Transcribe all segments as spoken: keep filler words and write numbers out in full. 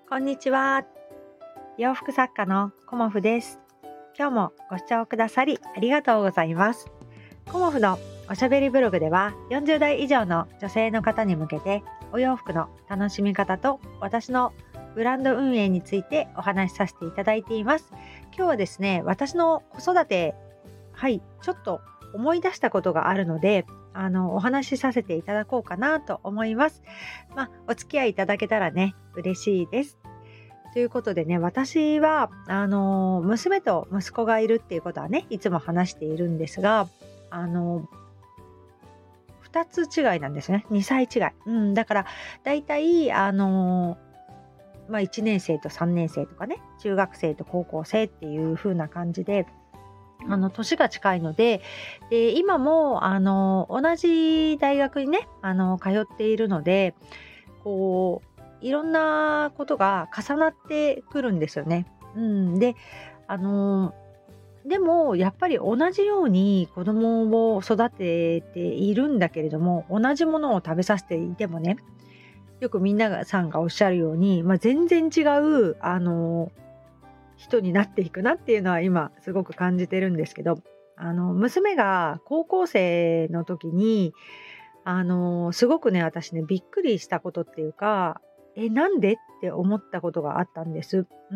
こんにちは。洋服作家のコモフです。今日もご視聴くださりありがとうございます。コモフのおしゃべりブログではよんじゅう代以上の女性の方に向けてお洋服の楽しみ方と私のブランド運営についてお話しさせていただいています。今日はですね、私の子育て、はいちょっと思い出したことがあるのであのお話しさせていただこうかなと思います。まあ、お付き合いいただけたらね嬉しいです。ということでね、私はあの娘と息子がいるっていうことはねいつも話しているんですが、あのふたつ違いなんですね。にさい違い、うん、だからだいたいあのまあ、いちねん生とさんねん生とかね、中学生と高校生っていう風な感じであの年が近いので、で今もあの同じ大学にねあの通っているので、こういろんなことが重なってくるんですよね。うん、であのでもやっぱり同じように子供を育てているんだけれども、同じものを食べさせていてもね、よくみんながさんがおっしゃるように、まあ、全然違うあの人になっていくなっていうのは今すごく感じてるんですけど、あの娘が高校生の時にあのすごくね私ねびっくりしたことっていうか、えなんでって思ったことがあったんです。うん、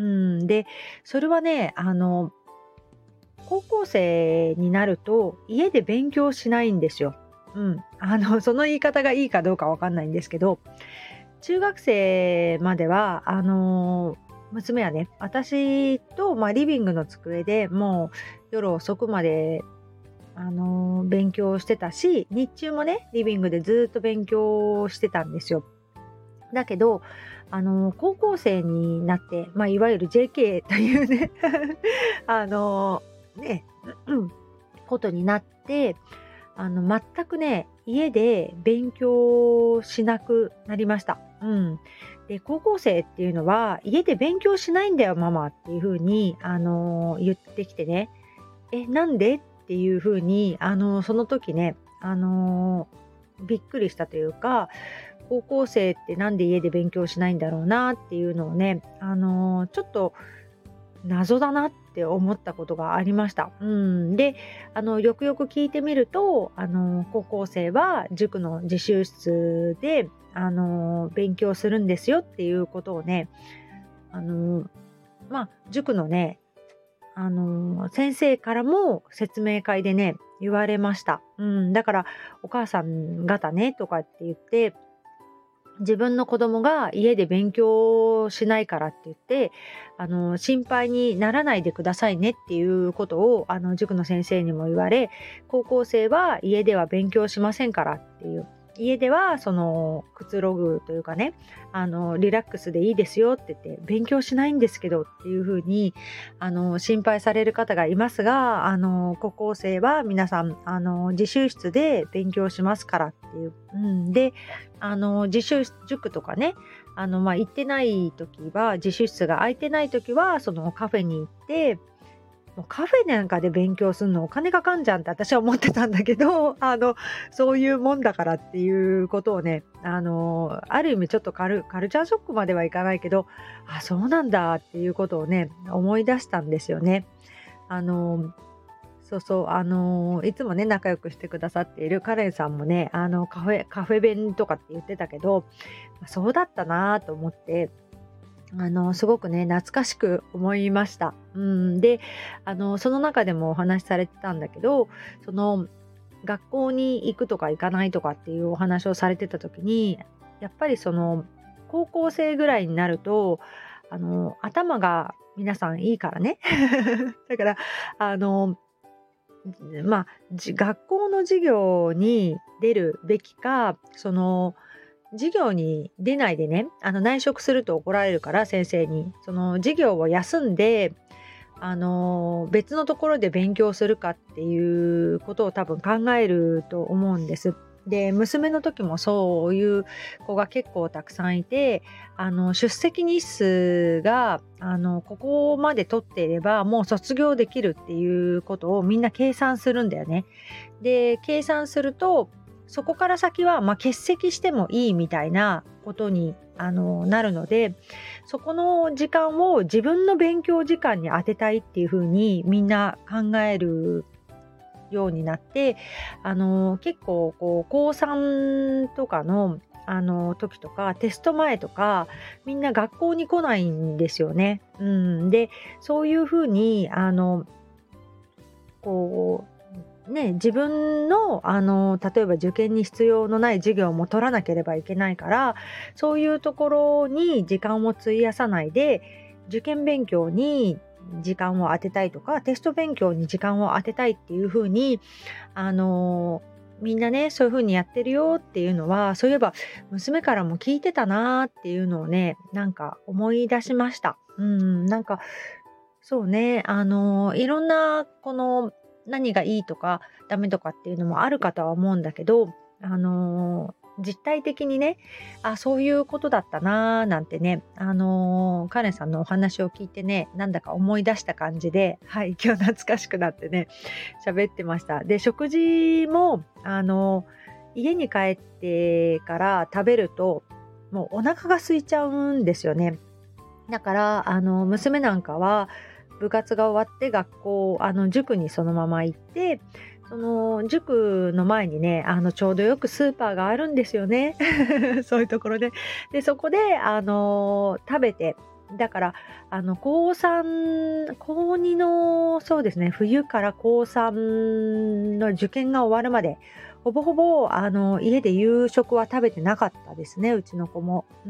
でそれはね、あの高校生になると家で勉強しないんですよ。うん、あのその言い方がいいかどうかわかんないんですけど、中学生まではあの娘はね私と、まあ、リビングの机でもう夜遅くまであの勉強してたし、日中もねリビングでずっと勉強してたんですよ。だけどあの高校生になって、まあ、いわゆる ジェーケー というねあのね、うん、ことになって、あの全くね家で勉強しなくなりました。うん、で高校生っていうのは家で勉強しないんだよママっていう風にあの言ってきてね、えなんでっていう風にあのその時ねあのびっくりしたというか、高校生ってなんで家で勉強しないんだろうなっていうのをね、あのちょっと謎だなって思ったことがありました。うん、であのよくよく聞いてみると、あの高校生は塾の自習室であの勉強するんですよっていうことをね、あのまあ塾のねあの先生からも説明会でね言われました。うん、だからお母さん方ねとかって言って、自分の子供が家で勉強しないからって言ってあの心配にならないでくださいねっていうことをあの塾の先生にも言われ、高校生は家では勉強しませんからっていう、家ではそのくつろぐというかね、あのリラックスでいいですよって言って、勉強しないんですけどっていうふうにあの心配される方がいますが、あの高校生は皆さんあの自習室で勉強しますからっていう、うん、であの自習塾とかねあの、まあ、行ってない時は、自習室が空いてない時はそのカフェに行って、もうカフェなんかで勉強するのお金かかんじゃんって私は思ってたんだけど、あのそういうもんだからっていうことをね、あのある意味ちょっとカルカルチャーショックまではいかないけど、あそうなんだっていうことをね思い出したんですよね。あのそうそう、あのいつもね仲良くしてくださっているカレンさんもね、あのカフェカフェ弁とかって言ってたけど、そうだったなと思って、あのすごくね懐かしく思いました。うん、であのその中でもお話しされてたんだけど、その学校に行くとか行かないとかっていうお話をされてた時に、やっぱりその高校生ぐらいになるとあの頭が皆さんいいからねだからあのまあじ学校の授業に出るべきか、その授業に出ないでね、あの内職すると怒られるから先生に、その授業を休んであの別のところで勉強するかっていうことを多分考えると思うんです。で娘の時もそういう子が結構たくさんいて、あの出席日数があのここまで取っていればもう卒業できるっていうことをみんな計算するんだよね。で計算するとそこから先はまあ欠席してもいいみたいなことにあのなるので、そこの時間を自分の勉強時間に当てたいっていう風にみんな考えるようになって、あの結構こう高さんとかのあの時とかテスト前とかみんな学校に来ないんですよね。うん、でそういう風にあのこうね、自分のあの例えば受験に必要のない授業も取らなければいけないから、そういうところに時間を費やさないで受験勉強に時間を当てたいとか、テスト勉強に時間を当てたいっていう風にあのみんなね、そういう風にやってるよっていうのは、そういえば娘からも聞いてたなーっていうのをね、なんか思い出しました。うん、なんかそうね、あのいろんなこの何がいいとかダメとかっていうのもあるかとは思うんだけど、あの実体的にね、あ、そういうことだったなーなんてね、あのカレンさんのお話を聞いてね、なんだか思い出した感じで、はい、今日懐かしくなってね、喋ってました。で、食事も、あの家に帰ってから食べると、もうお腹が空いちゃうんですよね。だから、あの娘なんかは、部活が終わって学校、あの塾にそのまま行って、その塾の前にね、あのちょうどよくスーパーがあるんですよね。そういうところで。で、そこで、あの食べて、だから、あの、高さん、高にの、そうですね、冬から高さんの受験が終わるまで、ほぼほぼ、あの、家で夕食は食べてなかったですね、うちの子も。うん。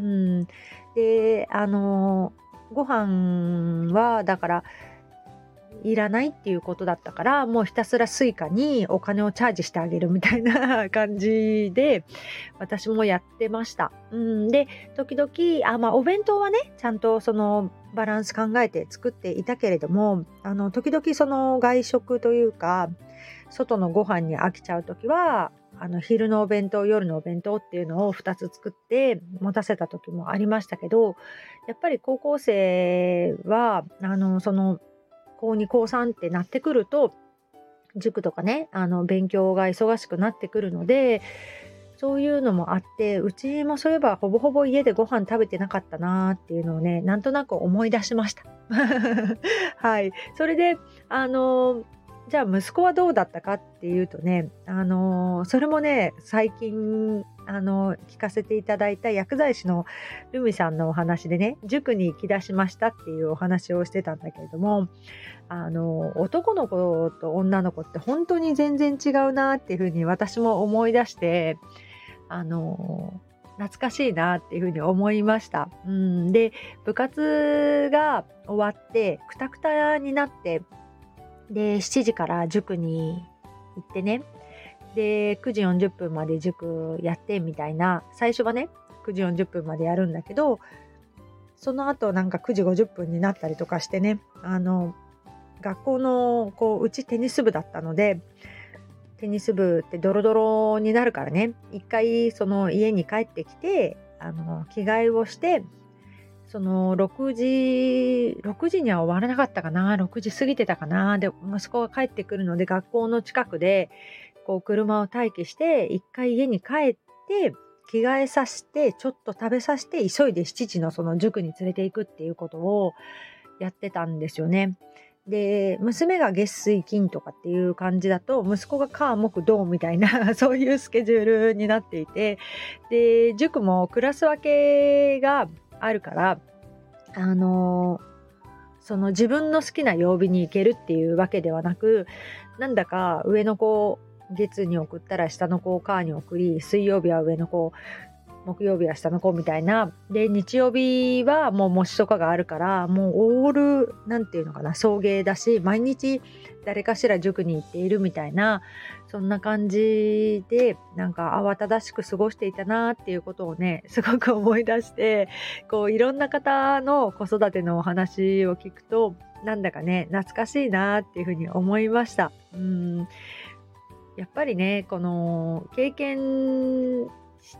で、あの、ご飯は、だから、いらないっていうことだったから、もうひたすらスイカにお金をチャージしてあげるみたいな感じで、私もやってました。うん、で、時々、あ、まあ、お弁当はね、ちゃんとそのバランス考えて作っていたけれども、あの、時々その外食というか、外のご飯に飽きちゃうときは、あの、昼のお弁当、夜のお弁当っていうのをふたつ作って持たせた時もありましたけど、やっぱり高校生は、あの、その、高に高さんってなってくると、塾とかね、あの勉強が忙しくなってくるので、そういうのもあって、うちもそういえばほぼほぼ家でご飯食べてなかったなーっていうのをね、なんとなく思い出しました。はい。それで、あのじゃあ息子はどうだったかっていうとね、あのそれもね、最近、あの聞かせていただいた薬剤師のルミさんのお話でね、塾に行き出しましたっていうお話をしてたんだけれども、あの男の子と女の子って本当に全然違うなっていうふうに私も思い出して、あの懐かしいなっていうふうに思いました。うん、で、部活が終わってクタクタになって、でしちじから塾に行ってね、でくじよんじゅっぷんまで塾やってみたいな、最初はねくじよんじゅっぷんまでやるんだけど、その後なんかくじごじゅっぷんになったりとかしてね、あの学校のこううちテニス部だったので、テニス部ってドロドロになるからね、一回その家に帰ってきて、あの着替えをして、そのろくじろくじには終わらなかったかな、ろくじ過ぎてたかな、で息子が帰ってくるので、学校の近くでこう車を待機して一回家に帰って着替えさせて、ちょっと食べさせて、急いでしちじのその塾に連れて行くっていうことをやってたんですよね。で、娘が月水金とかっていう感じだと、息子が火木土みたいなそういうスケジュールになっていて、で塾もクラス分けがあるから、あのその自分の好きな曜日に行けるっていうわけではなく、なんだか上の子を月に送ったら下の子を火に送り、水曜日は上の子、木曜日は下の子みたいな。で、日曜日はもう模試とかがあるから、もうオール、なんていうのかな、送迎だし、毎日誰かしら塾に行っているみたいな、そんな感じで、なんか慌ただしく過ごしていたなっていうことをね、すごく思い出して、こう、いろんな方の子育てのお話を聞くと、なんだかね、懐かしいなっていうふうに思いました。うん、やっぱりね、この経験して、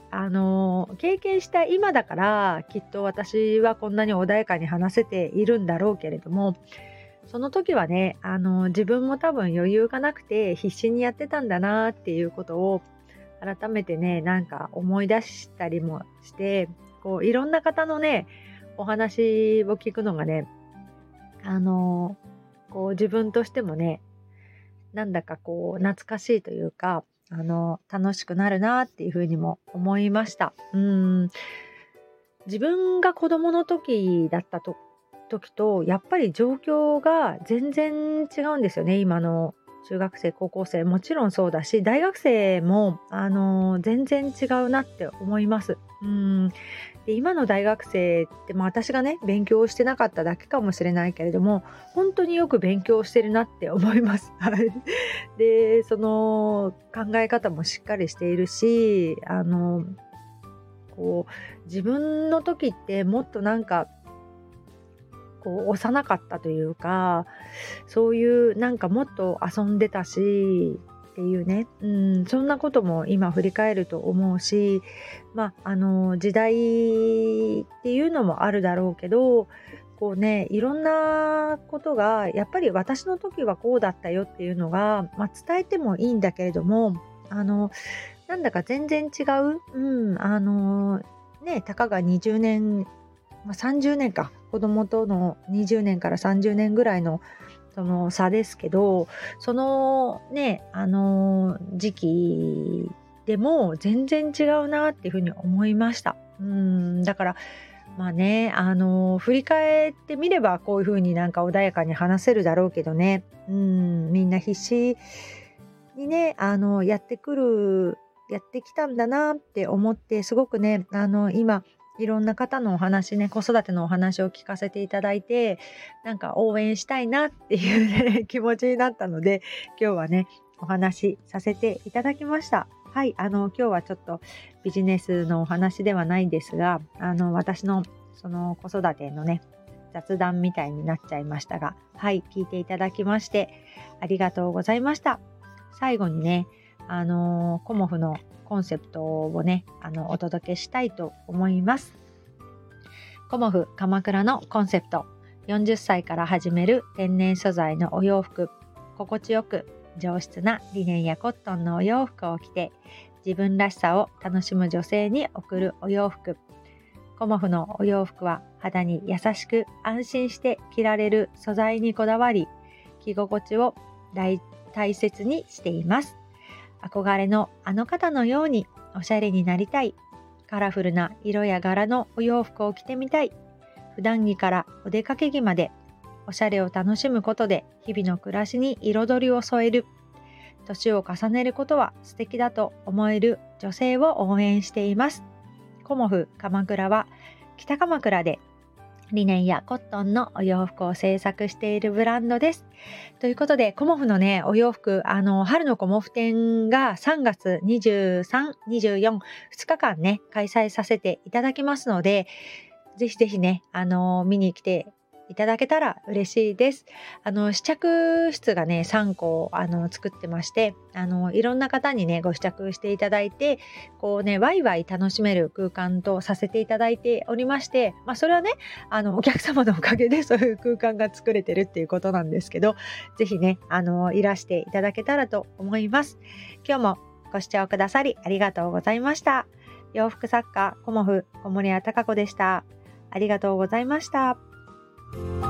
あの経験した今だからきっと私はこんなに穏やかに話せているんだろうけれども、その時はね、あの自分も多分余裕がなくて必死にやってたんだなっていうことを改めてね、なんか思い出したりもして、 こういろんな方のねお話を聞くのがね、あのこう自分としてもね、なんだかこう懐かしいというか、あの楽しくなるなっていうふうにも思いました。うん、自分が子供の時だったと時とやっぱり状況が全然違うんですよね。今の中学生高校生もちろんそうだし、大学生もあの全然違うなって思います。うんで今の大学生って、まあ、私がね勉強してなかっただけかもしれないけれども、本当によく勉強してるなって思います。はいでその考え方もしっかりしているし、あのこう自分の時ってもっとなんかこう幼かったというか、そういうなんかもっと遊んでたしっていうね、うん、そんなことも今振り返ると思うし、まああの時代っていうのもあるだろうけど、こうねいろんなことがやっぱり私の時はこうだったよっていうのが、まあ、伝えてもいいんだけれども、あのなんだか全然違う、うん、あのねたかがにじゅうねん、まあ、さんじゅうねんか、子供とのにじゅうねんからさんじゅうねんぐらいのその差ですけど、そのねあの時期でも全然違うなっていうふうに思いました。うんだからまあね、あの振り返ってみればこういうふうになんか穏やかに話せるだろうけどね、うんみんな必死にねあのやってくるやってきたんだなって思って、すごくねあの今いろんな方のお話ね、子育てのお話を聞かせていただいて、なんか応援したいなっていう、ね、気持ちになったので、今日はねお話しさせていただきました。はい、あの今日はちょっとビジネスのお話ではないんですが、あの私のその子育てのね雑談みたいになっちゃいましたが、はい、聞いていただきましてありがとうございました。最後にね、あのコモフのコンセプトをねあのお届けしたいと思います。コモフ鎌倉のコンセプト、よんじゅっさいから始める天然素材のお洋服、心地よく上質なリネンやコットンのお洋服を着て自分らしさを楽しむ女性に贈るお洋服。コモフのお洋服は肌に優しく安心して着られる素材にこだわり、着心地を大大切にしています。憧れのあの方のようにおしゃれになりたい。カラフルな色や柄のお洋服を着てみたい。普段着からお出かけ着までおしゃれを楽しむことで日々の暮らしに彩りを添える。年を重ねることは素敵だと思える女性を応援しています。コモフ鎌倉は北鎌倉でリネンやコットンのお洋服を制作しているブランドです。ということで、コモフのねお洋服、あの春のコモフ展がさんがつにじゅうさん、にじゅうよん、ふつかかんね開催させていただきますので、ぜひぜひねあの見に来ていただけたら嬉しいです。あの試着室がねさんこあの作ってまして、あのいろんな方にねご試着していただいて、こうねワイワイ楽しめる空間とさせていただいておりまして、まあそれはねあのお客様のおかげでそういう空間が作れてるっていうことなんですけど、ぜひねあのいらしていただけたらと思います。今日もご視聴くださりありがとうございました。洋服作家コモフ小森屋貴子でした。ありがとうございました。